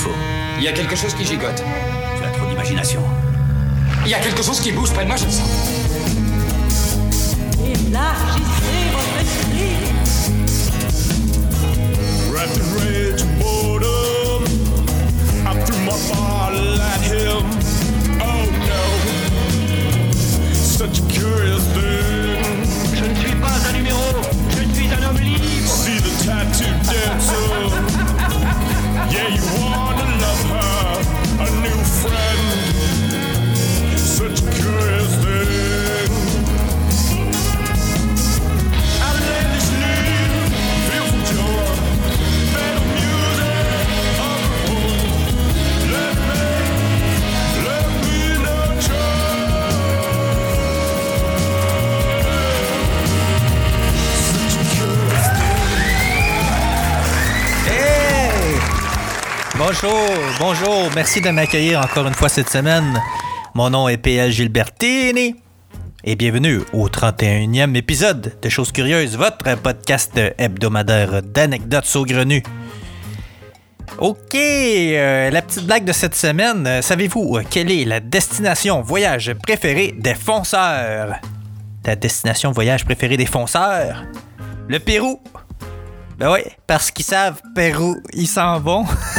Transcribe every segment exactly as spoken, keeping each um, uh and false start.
faut. Il y a quelque chose qui gigote. Tu as trop d'imagination. Il y a quelque chose qui bouge près de moi, je le sens. Élargissez votre esprit. Wrapped in rage and boredom, I threw my bottle at him. Oh no, such a curious thing. Je ne suis pas un numéro, je suis un homme libre. See the tattooed dancer. Yeah, you wanna love her, a new friend. Such a curious thing. Outlandishly, fearful joy, better music of the world. Let me, let me nurture. Such a curious thing. Hey! Bonjour, bonjour, merci de m'accueillir encore une fois cette semaine. Mon nom est P L Gilbertini et bienvenue au trente et unième épisode de Choses Curieuses, votre podcast hebdomadaire d'anecdotes saugrenues. Ok, euh, la petite blague de cette semaine, euh, savez-vous euh, quelle est la destination voyage préférée des fonceurs? Ta destination voyage préférée des fonceurs? Le Pérou. Ben oui, parce qu'ils savent Pérou, ils s'en vont.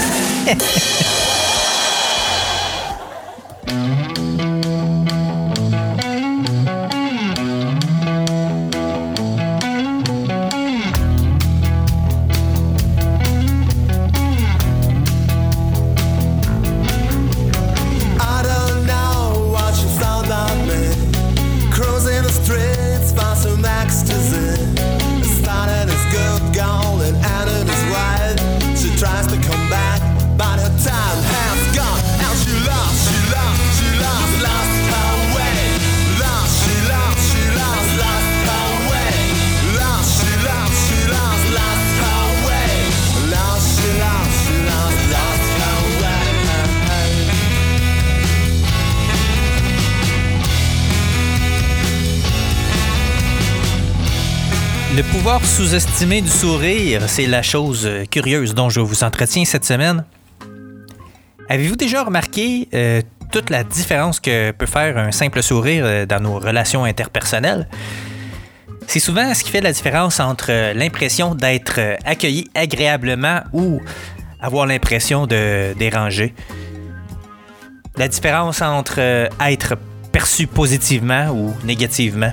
Le pouvoir sous-estimé du sourire, c'est la chose curieuse dont je vous entretiens cette semaine. Avez-vous déjà remarqué euh, toute la différence que peut faire un simple sourire dans nos relations interpersonnelles? C'est souvent ce qui fait la différence entre l'impression d'être accueilli agréablement ou avoir l'impression de déranger. La différence entre être perçu positivement ou négativement.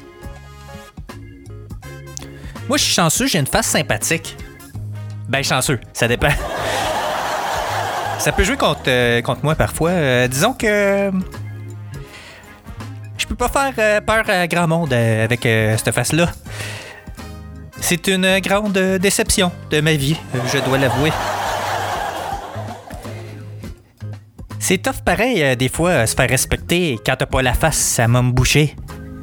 Moi, je suis chanceux, j'ai une face sympathique. Ben, chanceux, ça dépend. Ça peut jouer contre, euh, contre moi parfois. Euh, disons que... Euh, je peux pas faire euh, peur à grand monde euh, avec euh, cette face-là. C'est une grande euh, déception de ma vie, euh, je dois l'avouer. C'est tough pareil, euh, des fois, euh, se faire respecter quand t'as pas la face à m'homme bouché.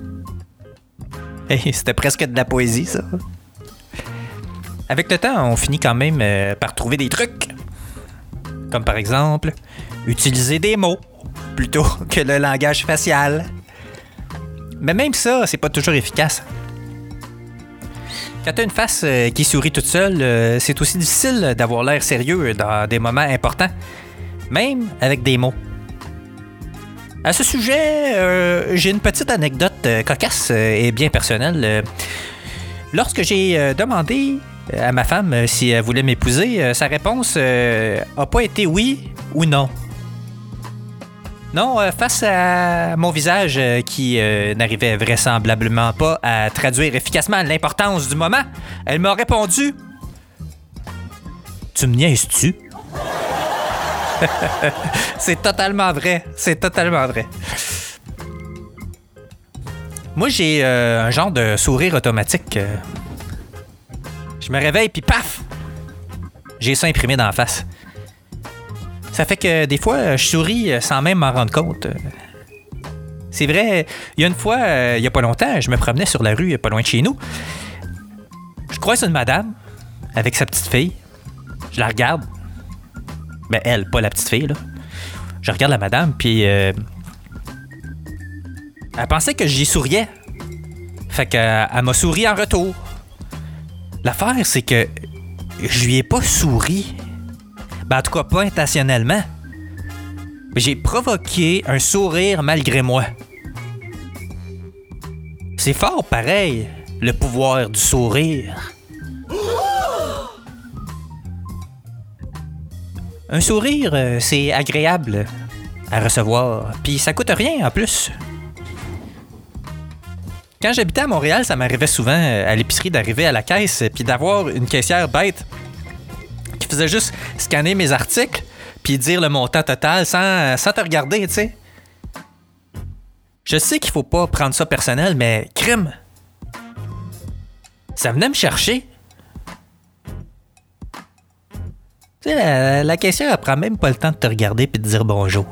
Hey, c'était presque de la poésie, ça. Avec le temps, on finit quand même euh, par trouver des trucs. Comme par exemple, utiliser des mots plutôt que le langage facial. Mais même ça, c'est pas toujours efficace. Quand t'as une face euh, qui sourit toute seule, euh, c'est aussi difficile d'avoir l'air sérieux dans des moments importants, même avec des mots. À ce sujet, euh, j'ai une petite anecdote euh, cocasse euh, et bien personnelle. Euh, lorsque j'ai euh, demandé à ma femme euh, si elle voulait m'épouser, euh, sa réponse euh, a pas été oui ou non. Non, euh, face à mon visage euh, qui euh, n'arrivait vraisemblablement pas à traduire efficacement l'importance du moment, elle m'a répondu « Tu me niaises-tu? » C'est totalement vrai. C'est totalement vrai. Moi, j'ai euh, un genre de sourire automatique. Euh. Je me réveille, puis paf! J'ai ça imprimé dans la face. Ça fait que des fois, je souris sans même m'en rendre compte. C'est vrai, il y a une fois, euh, il y a pas longtemps, je me promenais sur la rue, pas loin de chez nous. Je croise une madame avec sa petite fille. Je la regarde. Ben, elle, pas la petite fille, là. Je regarde la madame, puis... Euh, elle pensait que j'y souriais. Fait qu'elle elle m'a souri en retour. L'affaire, c'est que je lui ai pas souri. Ben, en tout cas, pas intentionnellement. Mais j'ai provoqué un sourire malgré moi. C'est fort pareil, le pouvoir du sourire. Un sourire, euh, c'est agréable à recevoir, puis ça coûte rien en plus. Quand j'habitais à Montréal, ça m'arrivait souvent euh, à l'épicerie d'arriver à la caisse puis d'avoir une caissière bête qui faisait juste scanner mes articles puis dire le montant total sans, sans te regarder, tu sais. Je sais qu'il faut pas prendre ça personnel, mais crime! Ça venait me chercher. Tu sais, la, la caissière, elle prend même pas le temps de te regarder puis de dire bonjour.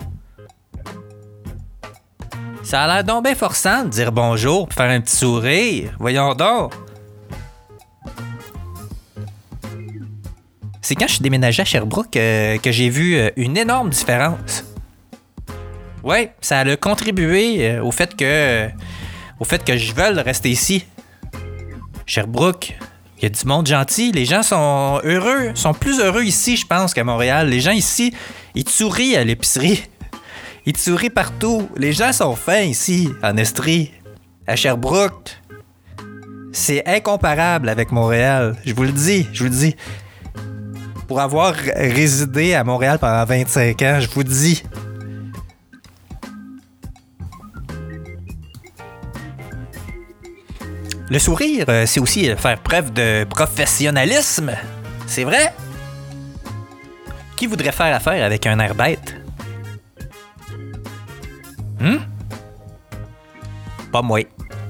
Ça a l'air donc bien forçant de dire bonjour puis faire un petit sourire. Voyons donc. C'est quand je suis déménagé à Sherbrooke euh, que j'ai vu euh, une énorme différence. Ouais, ça a contribué euh, au fait que euh, au fait que je veuille rester ici. Sherbrooke, il y a du monde gentil, les gens sont heureux, sont plus heureux ici, je pense, qu'à Montréal. Les gens ici, ils te sourient à l'épicerie. Ils te sourient partout. Les gens sont fins ici, en Estrie, à Sherbrooke. C'est incomparable avec Montréal. Je vous le dis, je vous le dis. Pour avoir résidé à Montréal pendant vingt-cinq ans, je vous dis. Le sourire, c'est aussi faire preuve de professionnalisme. C'est vrai? Qui voudrait faire affaire avec un air bête? Hum? Pas moi.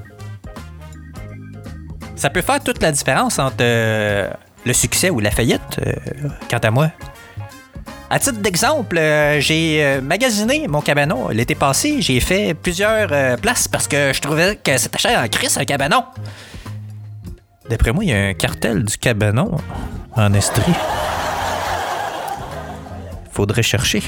Ça peut faire toute la différence entre euh, le succès ou la faillite, euh, quant à moi. À titre d'exemple, euh, j'ai euh, magasiné mon cabanon l'été passé. J'ai fait plusieurs euh, places parce que je trouvais que c'était cher en crise, un cabanon. D'après moi, il y a un cartel du cabanon en Estrie. Faudrait chercher.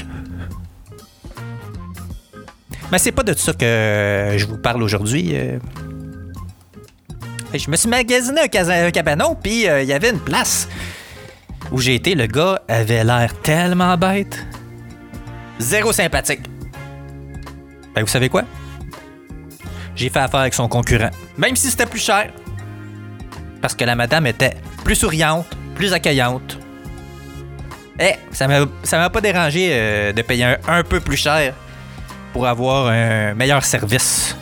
Mais c'est pas de ça que je vous parle aujourd'hui. Euh... Je me suis magasiné un, cas- un cabanon, puis il euh, y avait une place où j'ai été. Le gars avait l'air tellement bête. Zéro sympathique. Ben, vous savez quoi? J'ai fait affaire avec son concurrent. Même si c'était plus cher. Parce que la madame était plus souriante, plus accueillante. Eh, ça m'a, ça m'a pas dérangé euh, de payer un, un peu plus cher pour avoir un meilleur service.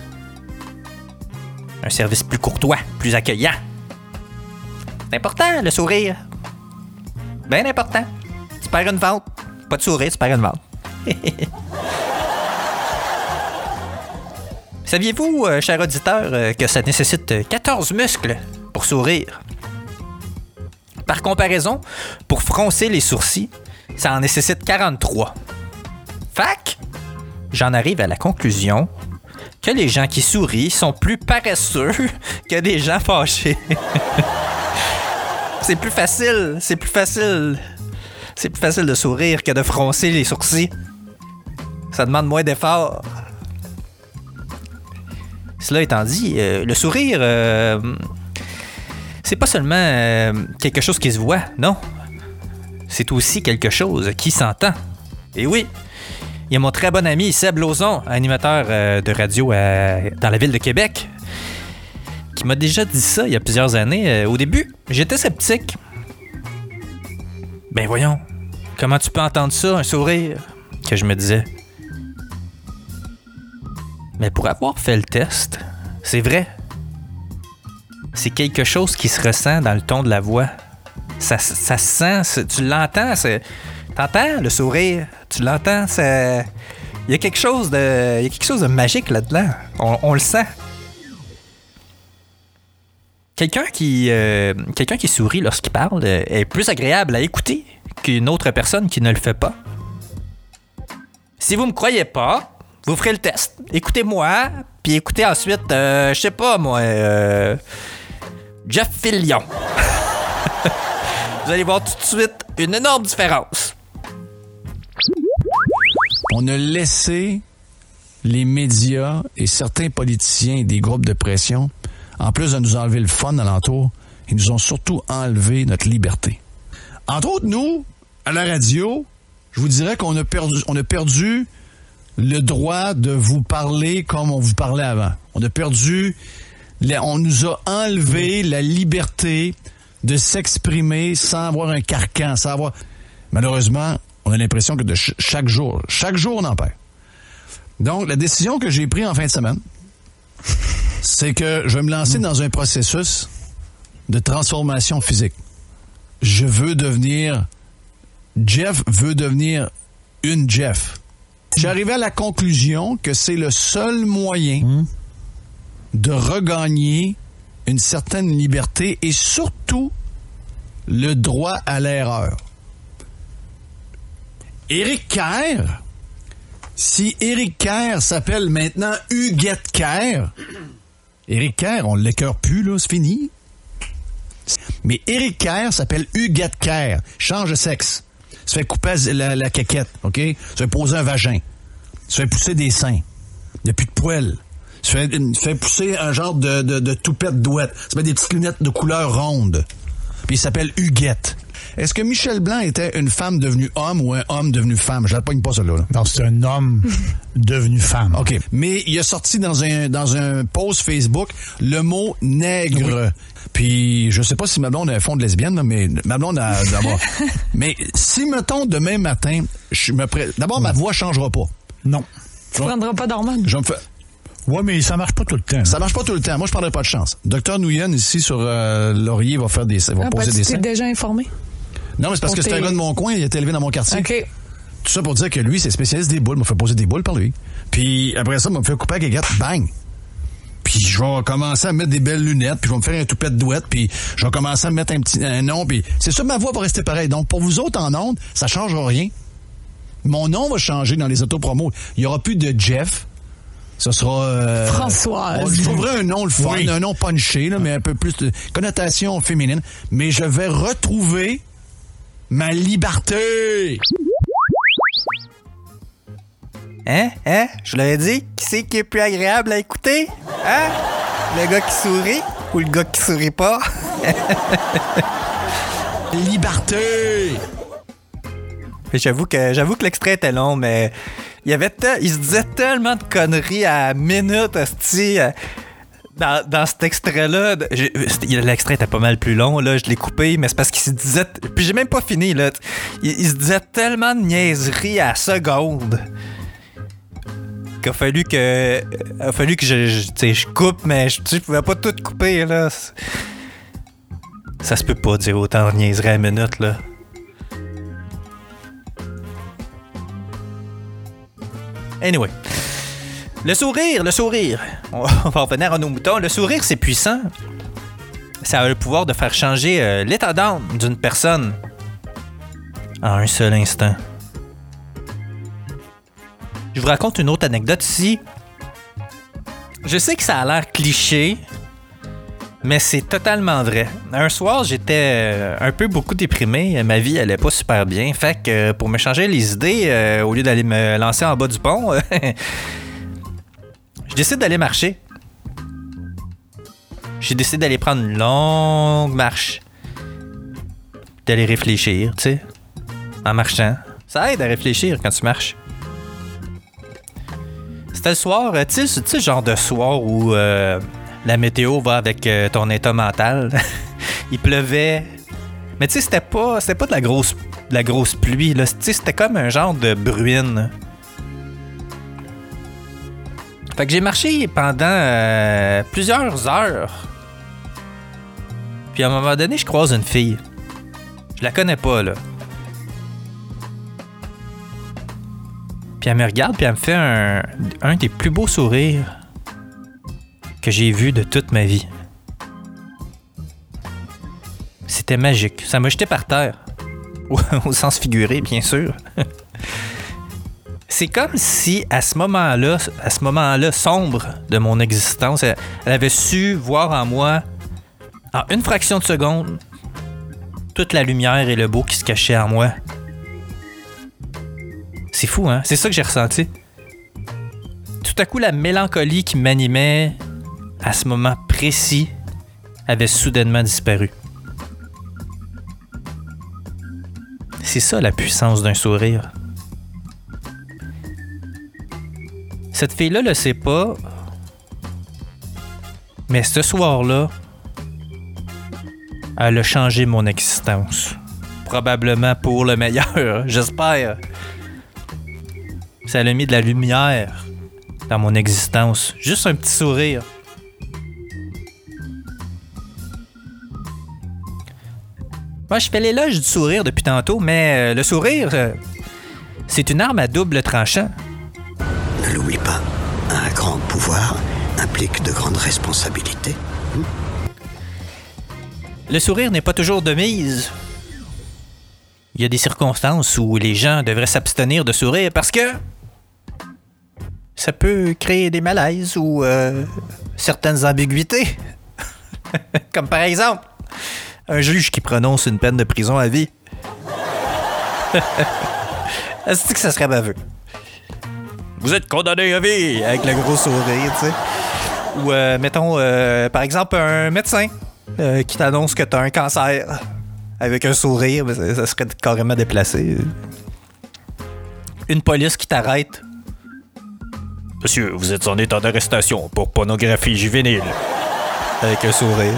Un service plus courtois, plus accueillant. C'est important, le sourire. Bien important. Tu perds une vente. Pas de sourire, tu perds une vente. Saviez-vous, euh, cher auditeur, euh, que ça nécessite quatorze muscles pour sourire? Par comparaison, pour froncer les sourcils, ça en nécessite quarante-trois. Fac, j'en arrive à la conclusion que les gens qui sourient sont plus paresseux que des gens fâchés. C'est plus facile, c'est plus facile. C'est plus facile de sourire que de froncer les sourcils. Ça demande moins d'efforts. Cela étant dit, euh, le sourire, euh, c'est pas seulement euh, quelque chose qui se voit, non. C'est aussi quelque chose qui s'entend. Et oui, il y a mon très bon ami Seb Lauzon, animateur euh, de radio à, dans la ville de Québec, qui m'a déjà dit ça il y a plusieurs années. Euh, au début, j'étais sceptique. Ben voyons, comment tu peux entendre ça, un sourire? Que je me disais. Mais pour avoir fait le test, c'est vrai. C'est quelque chose qui se ressent dans le ton de la voix. Ça, ça se sent, tu l'entends, c'est... T'entends le sourire, tu l'entends, c'est... Il y a quelque chose de, il y a quelque chose de magique là-dedans. On, on le sent. Quelqu'un qui, euh, quelqu'un qui sourit lorsqu'il parle est plus agréable à écouter qu'une autre personne qui ne le fait pas. Si vous me croyez pas, vous ferez le test. Écoutez-moi, puis écoutez ensuite, euh, je sais pas moi, euh, Jeff Fillion. Vous allez voir tout de suite une énorme différence. On a laissé les médias et certains politiciens et des groupes de pression, en plus de nous enlever le fun alentour, ils nous ont surtout enlevé notre liberté. Entre autres, nous, à la radio, je vous dirais qu'on a perdu, on a perdu le droit de vous parler comme on vous parlait avant. On a perdu, on nous a enlevé la liberté de s'exprimer sans avoir un carcan, sans avoir... Malheureusement, on a l'impression que de ch- chaque jour, chaque jour, on en perd. Donc, la décision que j'ai prise en fin de semaine, c'est que je vais me lancer mmh. dans un processus de transformation physique. Je veux devenir... Jeff veut devenir une Jeff. J'arrivais à la conclusion que c'est le seul moyen mmh. de regagner une certaine liberté et surtout le droit à l'erreur. Éric Kerr, si Éric Kerr s'appelle maintenant Huguette Kerr, Éric Kerr, on l'écœure plus, là, c'est fini. Mais Éric Kerr s'appelle Huguette Kerr, change de sexe. Se fait couper la, la caquette, OK? Se fait poser un vagin. Se fait pousser des seins. Il n'y a plus de poils. Se fait, se fait pousser un genre de, de, de toupette douette. Se met des petites lunettes de couleur ronde. Puis il s'appelle Huguette. Est-ce que Michel Blanc était une femme devenue homme ou un homme devenu femme? Je la pogne pas, celle-là. Là. Non, c'est un homme devenu femme. OK. Mais il a sorti dans un, dans un post Facebook le mot nègre. Oui. Puis, je sais pas si ma blonde a un fond de lesbienne, là, mais ma blonde a d'abord. Mais si, mettons, demain matin, je me pré... d'abord, ma voix changera pas. Non. Tu ne prendras pas d'hormones. Je me fais... Oui, mais ça marche pas tout le temps. Ça marche pas tout le temps. Moi, je prendrai pas de chance. Docteur Nouyen, ici, sur euh, Laurier, va faire des... va ah, poser des seins. Tu t'es déjà informé? Non, mais c'est parce que c'est un gars de mon coin, il a été élevé dans mon quartier. OK. Tout ça pour dire que lui, c'est spécialiste des boules. Il m'a fait poser des boules par lui. Puis après ça, il m'a fait couper avec les gars. Bang! Puis je vais commencer à mettre des belles lunettes, puis je vais me faire un toupette douette, puis je vais commencer à mettre un petit un nom, puis c'est sûr, ma voix va rester pareille. Donc, pour vous autres en ondes, ça ne changera rien. Mon nom va changer dans les autopromos. Il n'y aura plus de Jeff. Ce sera... Euh, Françoise. Je trouverai un nom le fun, oui. un nom punché, là, mais un peu plus de connotation féminine. Mais je vais retrouver ma liberté. Hein? Hein? Je l'avais dit, qui c'est qui est plus agréable à écouter? Hein? Le gars qui sourit ou le gars qui sourit pas? Liberté! J'avoue que j'avoue que l'extrait était long, mais il y avait te- il se disait tellement de conneries à minute, asti, dans, dans cet extrait-là. J'ai, l'extrait était pas mal plus long, là, je l'ai coupé, mais c'est parce qu'il se disait... Puis j'ai même pas fini, là. Il, il se disait tellement de niaiseries à la seconde qu'il a fallu que... Il a fallu que je, je, je coupe, mais je, je pouvais pas tout couper, là. Ça se peut pas dire autant de niaiseries à la minute, là. Anyway. Le sourire, le sourire. On va revenir à nos moutons. Le sourire, c'est puissant. Ça a le pouvoir de faire changer euh, l'état d'âme d'une personne en un seul instant. Je vous raconte une autre anecdote ici. Je sais que ça a l'air cliché, mais c'est totalement vrai. Un soir, j'étais euh, un peu beaucoup déprimé. Ma vie allait pas super bien. Fait que euh, pour me changer les idées, euh, au lieu d'aller me lancer en bas du pont, euh, je décide d'aller marcher. J'ai décidé d'aller prendre une longue marche. D'aller réfléchir, tu sais, en marchant. Ça aide à réfléchir quand tu marches. C'était le soir, tu sais, le genre de soir où... Euh, la météo va avec euh, ton état mental. Il pleuvait. Mais tu sais, c'était pas, c'était pas de la grosse, de la grosse pluie. Là. C'était comme un genre de bruine. Fait que j'ai marché pendant euh, plusieurs heures. Puis à un moment donné, je croise une fille. Je la connais pas, là. Puis elle me regarde, puis elle me fait un, un des plus beaux sourires que j'ai vu de toute ma vie. C'était magique. Ça m'a jeté par terre. Au sens figuré, bien sûr. C'est comme si, à ce moment-là, à ce moment-là sombre de mon existence, elle, elle avait su voir en moi, en une fraction de seconde, toute la lumière et le beau qui se cachait en moi. C'est fou, hein? C'est ça que j'ai ressenti. Tout à coup, la mélancolie qui m'animait à ce moment précis, avait soudainement disparu. C'est ça la puissance d'un sourire. Cette fille-là le sait pas, mais ce soir-là, elle a changé mon existence. Probablement pour le meilleur, j'espère. Ça a mis de la lumière dans mon existence. Juste un petit sourire. Moi, je fais l'éloge du sourire depuis tantôt, mais euh, le sourire, euh, c'est une arme à double tranchant. Ne l'oublie pas, un grand pouvoir implique de grandes responsabilités. Hmm? Le sourire n'est pas toujours de mise. Il y a des circonstances où les gens devraient s'abstenir de sourire parce que ça peut créer des malaises ou euh, certaines ambiguïtés. Comme par exemple, un juge qui prononce une peine de prison à vie. Est-ce que ça serait baveux? Vous êtes condamné à vie! Avec le gros sourire, tu sais. Ou, euh, mettons, euh, par exemple, un médecin euh, qui t'annonce que t'as un cancer. Avec un sourire, mais ça, ça serait carrément déplacé. Une police qui t'arrête. Monsieur, vous êtes en état d'arrestation pour pornographie juvénile. Avec un sourire.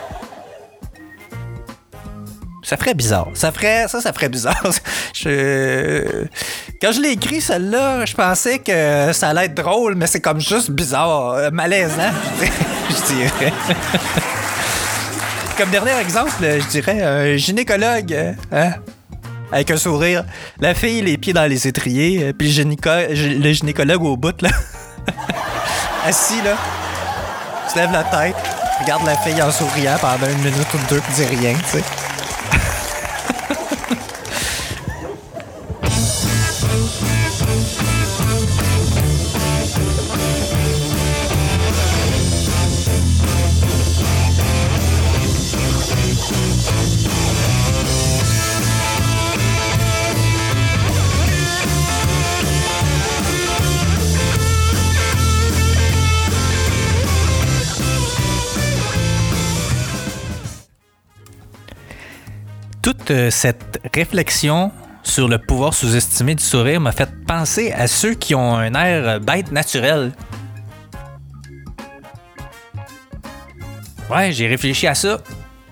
Ça ferait bizarre. Ça ferait... Ça, ça ferait bizarre. Je... Quand je l'ai écrit, celle-là, je pensais que ça allait être drôle, mais c'est comme juste bizarre. Malaisant, je dirais. Comme dernier exemple, je dirais un gynécologue, hein? Avec un sourire. La fille, les pieds dans les étriers, puis le, gynéco- le gynécologue au bout, là. Assis, là. Se lève la tête, regarde la fille en souriant pendant une minute ou deux, puis dit rien, tu sais. Toute euh, cette réflexion sur le pouvoir sous-estimé du sourire m'a fait penser à ceux qui ont un air bête naturel. Ouais, j'ai réfléchi à ça.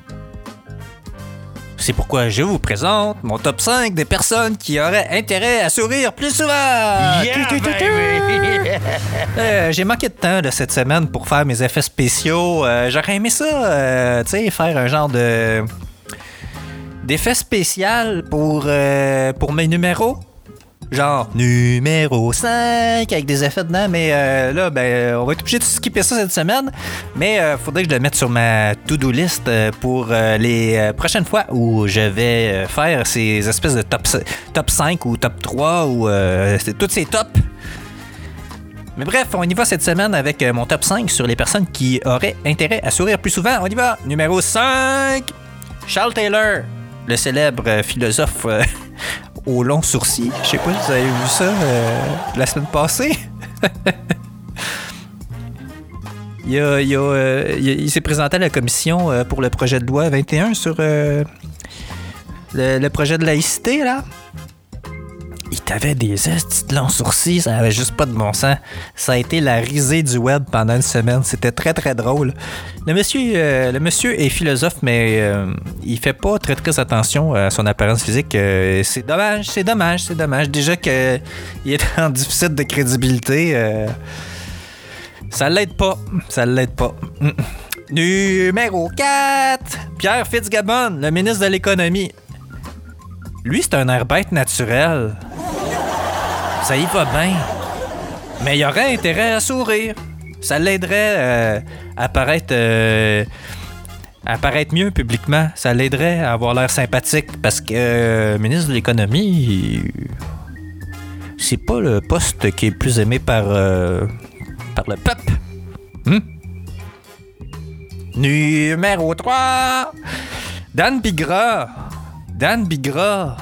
C'est pourquoi je vous présente mon top cinq des personnes qui auraient intérêt à sourire plus souvent. Yeah, baby! euh, j'ai manqué de temps là, cette semaine pour faire mes effets spéciaux. Euh, j'aurais aimé ça, euh, tu sais, faire un genre de... d'effets spécial pour, euh, pour mes numéros. Genre numéro cinq avec des effets dedans. Mais euh, là, ben, on va être obligé de skipper ça cette semaine. Mais il euh, faudrait que je le mette sur ma to-do list pour euh, les euh, prochaines fois où je vais euh, faire ces espèces de top, top cinq ou top trois ou euh, tous ces tops. Mais bref, on y va cette semaine avec mon top cinq sur les personnes qui auraient intérêt à sourire plus souvent. On y va. Numéro cinq, Charles Taylor. Le célèbre philosophe euh, aux longs sourcils. Je sais pas si vous avez vu ça euh, la semaine passée. il, a, il, a, euh, il, a, il s'est présenté à la commission euh, pour le projet de loi vingt et un sur euh, le, le projet de laïcité, là. Il t'avait des estis de longs sourcils, ça avait juste pas de bon sens. Ça a été la risée du web pendant une semaine. C'était très, très drôle. Le monsieur, euh, le monsieur est philosophe, mais euh, il fait pas très, très attention à son apparence physique. Euh, c'est dommage, c'est dommage, c'est dommage. Déjà qu'il est en déficit de crédibilité, euh, ça l'aide pas. Ça l'aide pas. Mm. Numéro quatre, Pierre Fitzgibbon, le ministre de l'économie. Lui, c'est un air bête naturel. Ça y va bien. Mais il aurait intérêt à sourire. Ça l'aiderait euh, à paraître, euh, à paraître mieux publiquement. Ça l'aiderait à avoir l'air sympathique. Parce que euh, ministre de l'économie, c'est pas le poste qui est le plus aimé par, euh, par le peuple. Hmm? Numéro trois, Dan Bigra. Dan Bigra.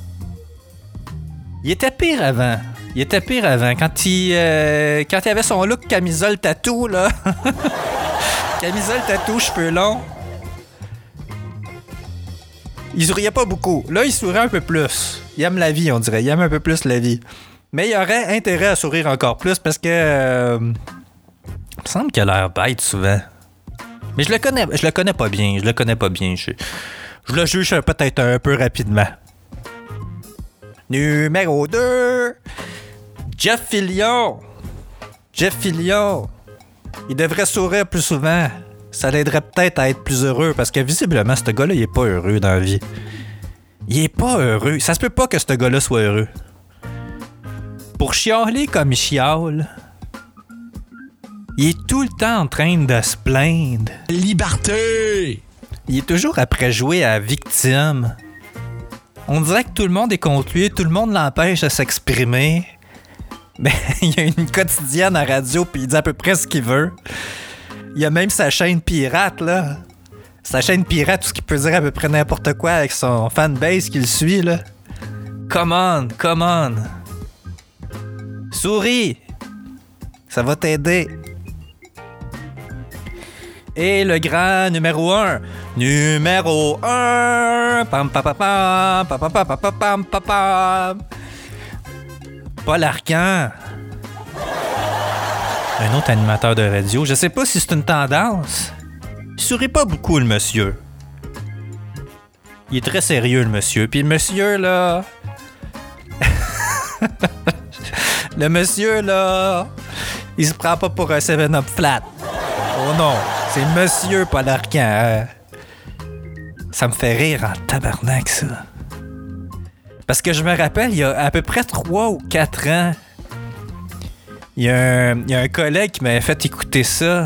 Il était pire avant. Il était pire avant. Quand il, euh, quand il avait son look camisole tatou, là. Camisole tatou, cheveux longs. il souriait pas beaucoup. Là, il sourit un peu plus. Il aime la vie, on dirait. Il aime un peu plus la vie. Mais il aurait intérêt à sourire encore plus parce que... Euh, il me semble qu'il a l'air bête souvent. Mais je le connais, je le connais pas bien. Je le connais pas bien. Je, je le juge peut-être un peu rapidement. Numéro deux. Jeff Fillion. Jeff Fillion. Il devrait sourire plus souvent. Ça l'aiderait peut-être à être plus heureux parce que visiblement, ce gars-là, il est pas heureux dans la vie. Il est pas heureux. Ça se peut pas que ce gars-là soit heureux. Pour chialer comme il chiale, il est tout le temps en train de se plaindre. Liberté! Il est toujours après jouer à victime. On dirait que tout le monde est contre lui, tout le monde l'empêche de s'exprimer. Mais il y a une quotidienne à radio puis il dit à peu près ce qu'il veut. Il y a même sa chaîne pirate, là. Sa chaîne pirate, tout ce qu'il peut dire à peu près n'importe quoi avec son fanbase qui le suit, là. Come on, come on. Souris. Ça va t'aider. Et le grand numéro un. Numéro un. Pam pam pam pam pam pam pam pam pam pam. Paul Arcand. Un autre animateur de radio. Je sais pas si c'est une tendance. Il sourit pas beaucoup, le monsieur. Il est très sérieux, le monsieur. Puis le monsieur, là... le monsieur, là... Il se prend pas pour un seven up flat. Oh non, c'est monsieur Paul Arcand. Hein? Ça me fait rire en tabarnak, ça. Parce que je me rappelle, il y a à peu près trois ou quatre ans, il y a un, il y a un collègue qui m'avait fait écouter ça.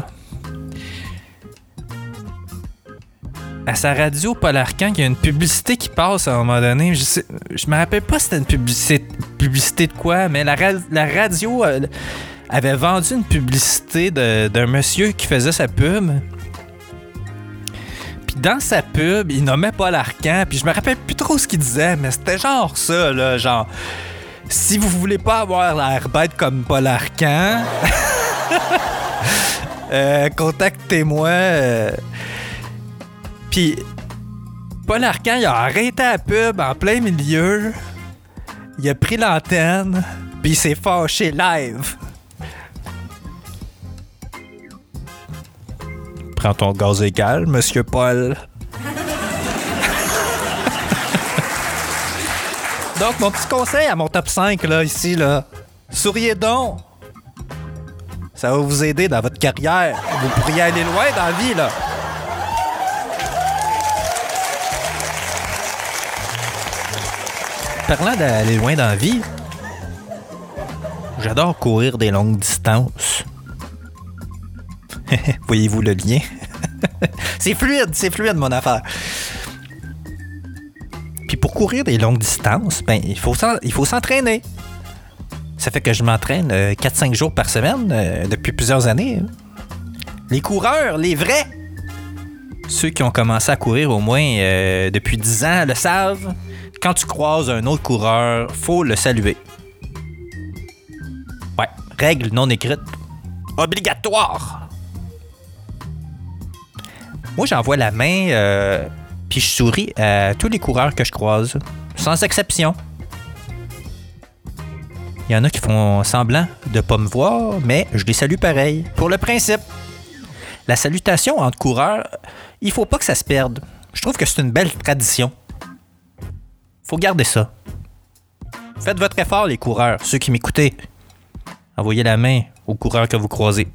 À sa radio, Paul Arcand, il y a une publicité qui passe à un moment donné. Je sais, je me rappelle pas si c'était une publicité, publicité de quoi, mais la, la radio euh, avait vendu une publicité de, d'un monsieur qui faisait sa pub. Puis dans sa pub, il nommait Paul Arcand, puis je me rappelle plus trop ce qu'il disait, mais c'était genre ça, là, genre... Si vous voulez pas avoir l'air bête comme Paul Arcand, euh, contactez-moi. Euh... Puis, Paul Arcand, il a arrêté la pub en plein milieu. Il a pris l'antenne, puis il s'est fâché live. Prends ton gaz égal, Monsieur Paul. Donc, mon petit conseil à mon top cinq, là, ici, là. Souriez donc. Ça va vous aider dans votre carrière. Vous pourriez aller loin dans la vie, là. Parlant d'aller loin dans la vie, j'adore courir des longues distances. Voyez-vous le lien? C'est fluide, c'est fluide, mon affaire. Puis pour courir des longues distances, ben il faut, il faut s'entraîner. Ça fait que je m'entraîne euh, quatre à cinq jours par semaine euh, depuis plusieurs années. Les coureurs, les vrais, ceux qui ont commencé à courir au moins euh, depuis dix ans le savent. Quand tu croises un autre coureur, faut le saluer. Ouais, règle non écrite. Obligatoire. Moi, j'envoie la main... Euh, Puis je souris à tous les coureurs que je croise, sans exception. Il y en a qui font semblant de pas me voir, mais je les salue pareil. Pour le principe, la salutation entre coureurs, il faut pas que ça se perde. Je trouve que c'est une belle tradition. Faut garder ça. Faites votre effort, les coureurs, ceux qui m'écoutez. Envoyez la main aux coureurs que vous croisez.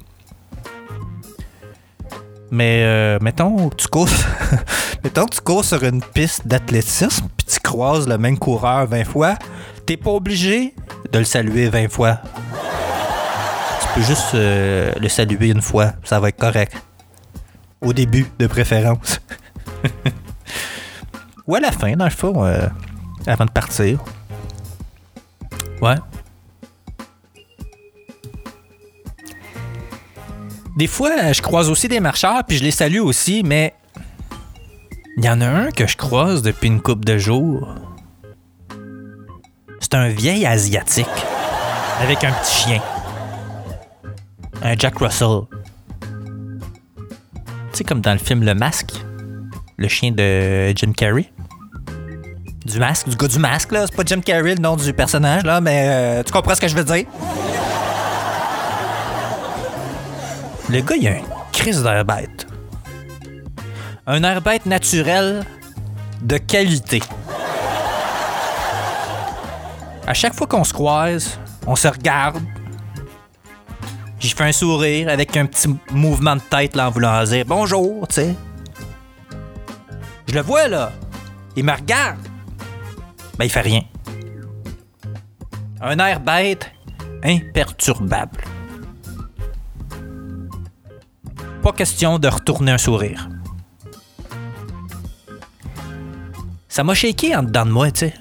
Mais euh, mettons que tu cours... mettons que tu cours sur une piste d'athlétisme puis tu croises le même coureur vingt fois, t'es pas obligé de le saluer vingt fois. Tu peux juste euh, le saluer une fois, ça va être correct. Au début, de préférence. Ou à la fin, dans le fond, euh, avant de partir. Ouais. Des fois, je croise aussi des marcheurs, puis je les salue aussi, mais il y en a un que je croise depuis une couple de jours. C'est un vieil Asiatique avec un petit chien. Un Jack Russell. Tu sais, comme dans le film Le Masque, le chien de Jim Carrey. du masque, du gars du masque, là. C'est pas Jim Carrey, le nom du personnage, là, mais euh, tu comprends ce que je veux dire? Le gars, il a une crise d'air bête. Un air bête naturel de qualité. À chaque fois qu'on se croise, on se regarde. J'y fais un sourire avec un petit mouvement de tête là, en voulant dire bonjour, tu sais. Je le vois, là. Il me regarde. Ben, il fait rien. Un air bête, imperturbable. Pas question de retourner un sourire. Ça m'a shaké en dedans de moi, tu sais.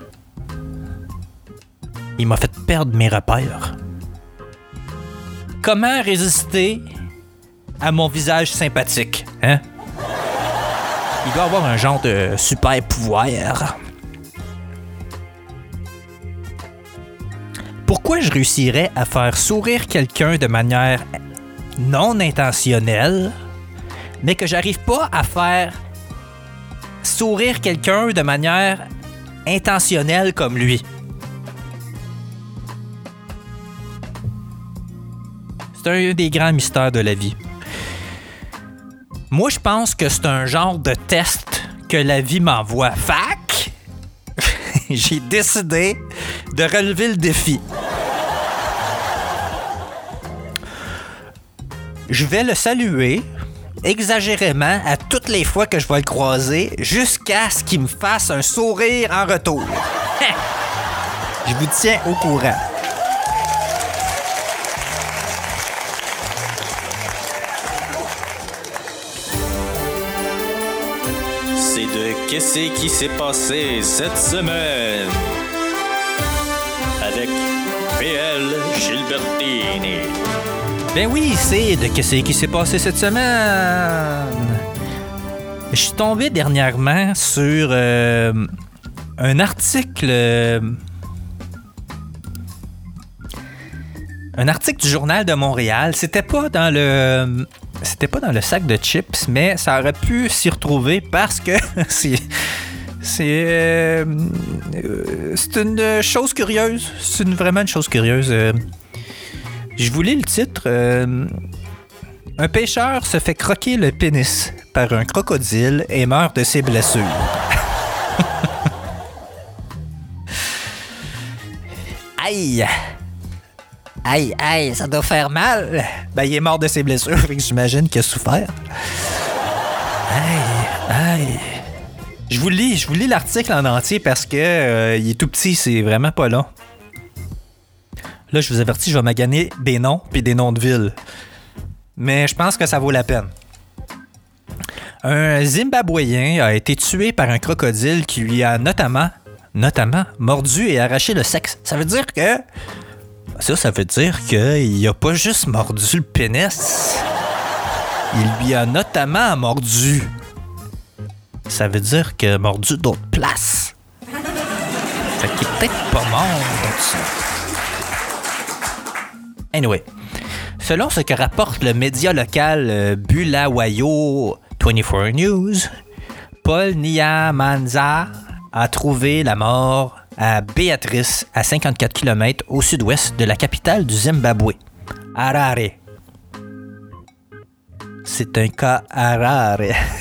Il m'a fait perdre mes repères. Comment résister à mon visage sympathique, hein? Il doit avoir un genre de super pouvoir. Pourquoi je réussirais à faire sourire quelqu'un de manière non intentionnelle, mais que j'arrive pas à faire sourire quelqu'un de manière intentionnelle comme lui? C'est un des grands mystères de la vie. Moi, je pense que c'est un genre de test que la vie m'envoie. Fac, j'ai décidé de relever le défi. Je vais le saluer exagérément à toutes les fois que je vais le croiser jusqu'à ce qu'il me fasse un sourire en retour. Je vous tiens au courant. C'est de Qu'est-ce qui s'est passé cette semaine avec P L Gilbertini. Ben oui, c'est de Qu'est-ce qui s'est passé cette semaine. Je suis tombé dernièrement sur euh, un article... Euh, un article du Journal de Montréal. C'était pas dans le... C'était pas dans le sac de chips, mais ça aurait pu s'y retrouver parce que c'est... C'est... Euh, euh, c'est une chose curieuse. C'est une, vraiment une chose curieuse. Euh, je vous lis le titre. Euh, un pêcheur se fait croquer le pénis par un crocodile et meurt de ses blessures. Aïe! Aïe, aïe, ça doit faire mal. Ben, il est mort de ses blessures, fait que j'imagine qu'il a souffert. Aïe, aïe. Je vous lis, je vous lis l'article en entier parce que euh, il est tout petit, c'est vraiment pas long. Là, je vous avertis, je vais maganer des noms puis des noms de villes. Mais je pense que ça vaut la peine. Un Zimbabwéen a été tué par un crocodile qui lui a notamment, notamment, mordu et arraché le sexe. Ça veut dire que... Ça, ça veut dire qu'il a pas juste mordu le pénis. Il lui a notamment mordu. Ça veut dire qu'il a mordu d'autres places. Fait qu'il est peut-être pas mort de ça. Anyway. Selon ce que rapporte le média local euh, Bulawayo vingt-quatre News, Paul Nyamanza a trouvé la mort à Béatrice, à cinquante-quatre kilomètres au sud-ouest de la capitale du Zimbabwe, Harare. C'est un cas Harare.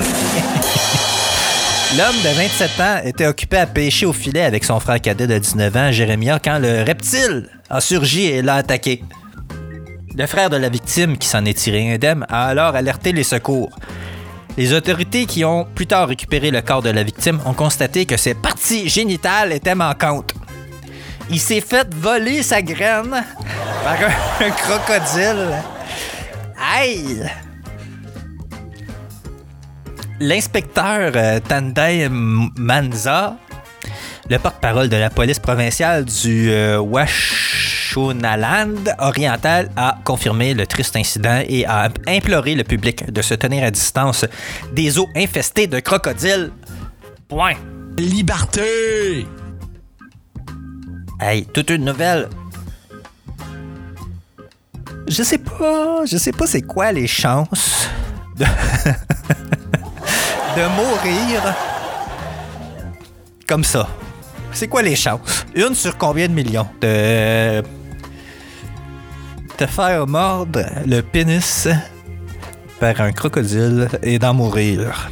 L'homme de vingt-sept ans était occupé à pêcher au filet avec son frère cadet de dix-neuf ans, Jérémia, quand le reptile a surgi et l'a attaqué. Le frère de la victime, qui s'en est tiré indemne, a alors alerté les secours. Les autorités qui ont plus tard récupéré le corps de la victime ont constaté que ses parties génitales étaient manquantes. Il s'est fait voler sa graine par un, un crocodile. Aïe! L'inspecteur euh, Tandai Manza, le porte-parole de la police provinciale du euh, Washonaland oriental, a confirmé le triste incident et a imploré le public de se tenir à distance des eaux infestées de crocodiles. Point. Liberté! Hey, toute une nouvelle. Je sais pas, je sais pas c'est quoi les chances de, de mourir comme ça. C'est quoi les chances? Une sur combien de millions de te faire mordre le pénis par un crocodile et d'en mourir?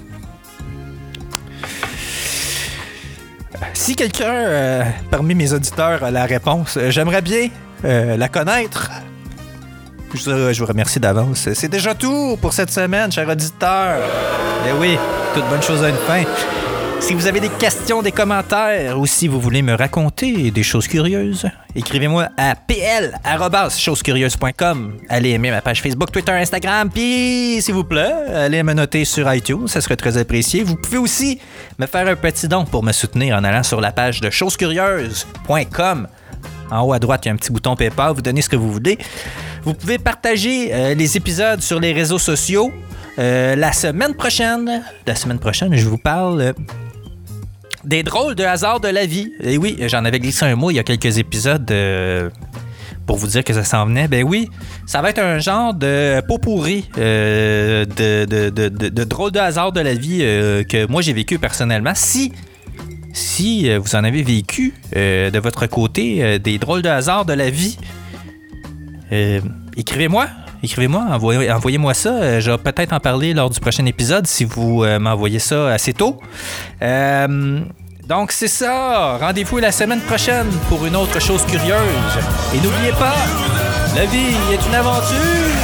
Si quelqu'un euh, parmi mes auditeurs a la réponse, euh, j'aimerais bien euh, la connaître. Je, je vous remercie d'avance. C'est déjà tout pour cette semaine, chers auditeurs. Eh oui, toute bonne chose a une fin. Si vous avez des questions, des commentaires ou si vous voulez me raconter des choses curieuses, écrivez-moi à p l arobase choses curieuses point com. Allez aimer ma page Facebook, Twitter, Instagram, puis s'il vous plaît, allez me noter sur iTunes, ça serait très apprécié. Vous pouvez aussi me faire un petit don pour me soutenir en allant sur la page de choses curieuses point com. En haut à droite, il y a un petit bouton PayPal, vous donnez ce que vous voulez. Vous pouvez partager euh, les épisodes sur les réseaux sociaux. Euh, la semaine prochaine, la semaine prochaine, je vous parle euh, des drôles de hasard de la vie. Et oui, j'en avais glissé un mot il y a quelques épisodes euh, pour vous dire que ça s'en venait. Ben oui, ça va être un genre de pot pourri euh, de, de, de, de, de drôles de hasard de la vie euh, que moi j'ai vécu personnellement. Si, si euh, vous en avez vécu euh, de votre côté euh, des drôles de hasard de la vie, euh, écrivez-moi. Écrivez-moi, envoyez, envoyez-moi ça. Je vais peut-être en parler lors du prochain épisode si vous euh, m'envoyez ça assez tôt. Euh, donc, c'est ça. Rendez-vous la semaine prochaine pour une autre chose curieuse. Et n'oubliez pas, la vie est une aventure.